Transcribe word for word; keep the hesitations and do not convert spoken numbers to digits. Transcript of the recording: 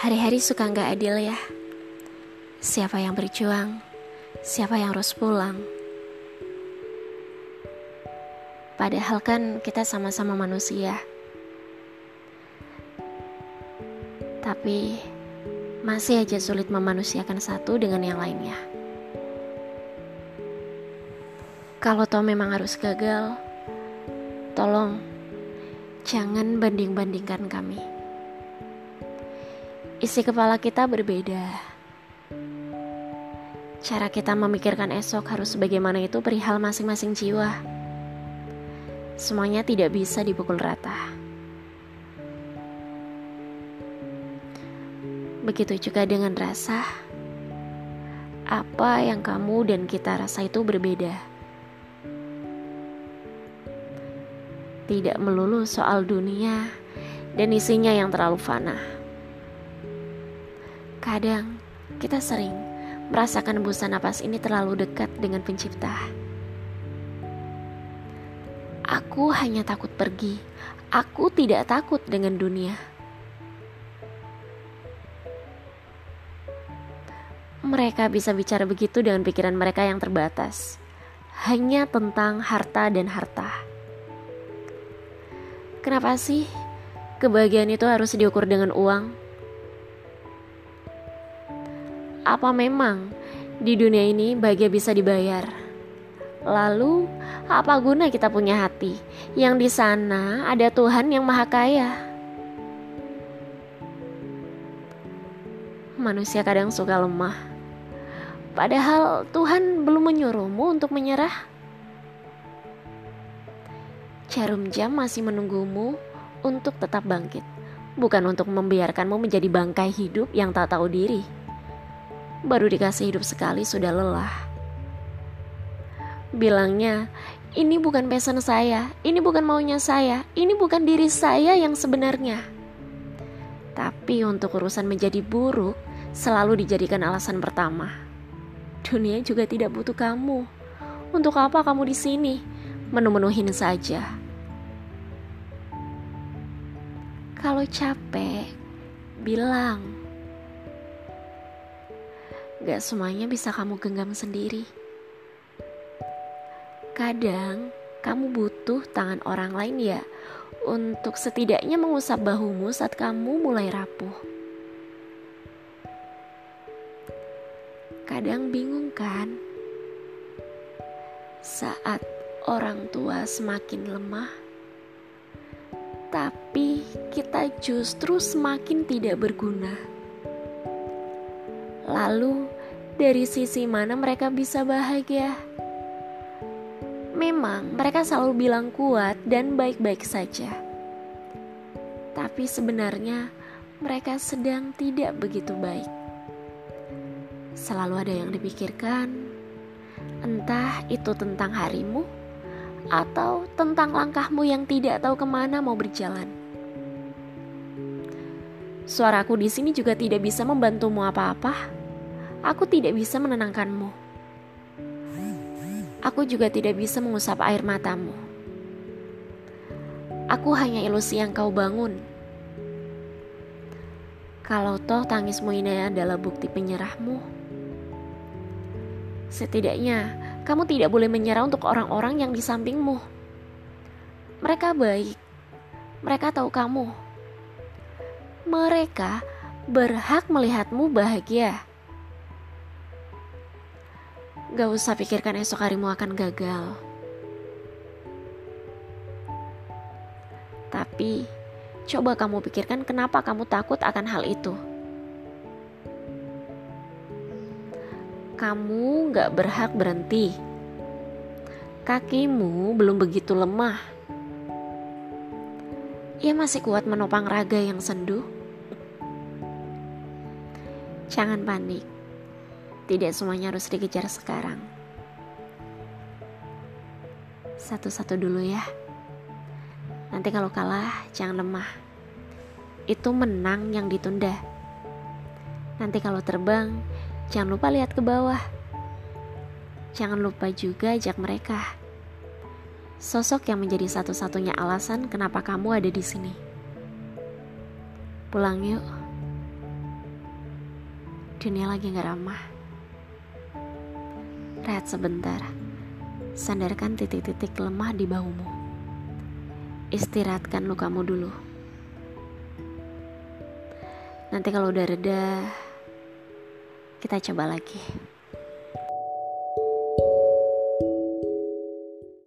Hari-hari suka nggak adil ya. Siapa yang berjuang, siapa yang harus pulang. Padahal kan kita sama-sama manusia. Tapi masih aja sulit memanusiakan satu dengan yang lainnya. Kalau toh memang harus gagal, tolong jangan banding-bandingkan kami. Isi kepala kita berbeda. Cara kita memikirkan esok harus bagaimana itu perihal masing-masing jiwa. Semuanya tidak bisa dipukul rata. Begitu juga dengan rasa. Apa yang kamu dan kita rasa itu berbeda. Tidak melulu soal dunia dan isinya yang terlalu fana. Kadang kita sering merasakan hembusan napas ini terlalu dekat dengan pencipta. Aku hanya takut pergi. Aku tidak takut dengan dunia. Mereka bisa bicara begitu dengan pikiran mereka yang terbatas. Hanya tentang harta dan harta. Kenapa sih kebahagiaan itu harus diukur dengan uang? Apa memang di dunia ini bahagia bisa dibayar? Lalu apa guna kita punya hati yang di sana ada Tuhan yang Maha Kaya? Manusia kadang suka lemah. Padahal Tuhan belum menyuruhmu untuk menyerah. Jarum jam masih menunggumu untuk tetap bangkit, bukan untuk membiarkanmu menjadi bangkai hidup yang tak tahu diri. Baru dikasih hidup sekali sudah lelah. Bilangnya, ini bukan passion saya, ini bukan maunya saya, ini bukan diri saya yang sebenarnya. Tapi untuk urusan menjadi buruk, selalu dijadikan alasan pertama. Dunia juga tidak butuh kamu. Untuk apa kamu di sini? Menu-menuhin saja. Kalau capek, bilang. Gak semuanya bisa kamu genggam sendiri. Kadang kamu butuh tangan orang lain ya, untuk setidaknya mengusap bahumu saat kamu mulai rapuh. Kadang bingung kan? Saat orang tua semakin lemah, tapi kita justru semakin tidak berguna. Lalu, dari sisi mana mereka bisa bahagia? Memang mereka selalu bilang kuat dan baik-baik saja. Tapi sebenarnya mereka sedang tidak begitu baik. Selalu ada yang dipikirkan, entah itu tentang harimu atau tentang langkahmu yang tidak tahu kemana mau berjalan. Suaraku di sini juga tidak bisa membantumu apa-apa. Aku tidak bisa menenangkanmu. Aku juga tidak bisa mengusap air matamu. Aku hanya ilusi yang kau bangun. Kalau toh tangismu ini adalah bukti penyerahmu, setidaknya kamu tidak boleh menyerah untuk orang-orang yang di sampingmu. Mereka baik. Mereka tahu kamu. Mereka berhak melihatmu bahagia. Gak usah pikirkan esok harimu akan gagal. Tapi coba kamu pikirkan kenapa kamu takut akan hal itu. Kamu gak berhak berhenti. Kakimu belum begitu lemah. Ia masih kuat menopang raga yang sendu. Jangan panik. Tidak semuanya harus dikejar sekarang. Satu-satu dulu ya. Nanti kalau kalah, jangan lemah. Itu menang yang ditunda. Nanti kalau terbang, jangan lupa lihat ke bawah. Jangan lupa juga ajak mereka. Sosok yang menjadi satu-satunya alasan kenapa kamu ada di sini. Pulang yuk. dunia lagi gak ramah. Rehat sebentar, sandarkan titik-titik lemah di bahumu. Istirahatkan lukamu dulu. Nanti kalau udah reda, kita coba lagi.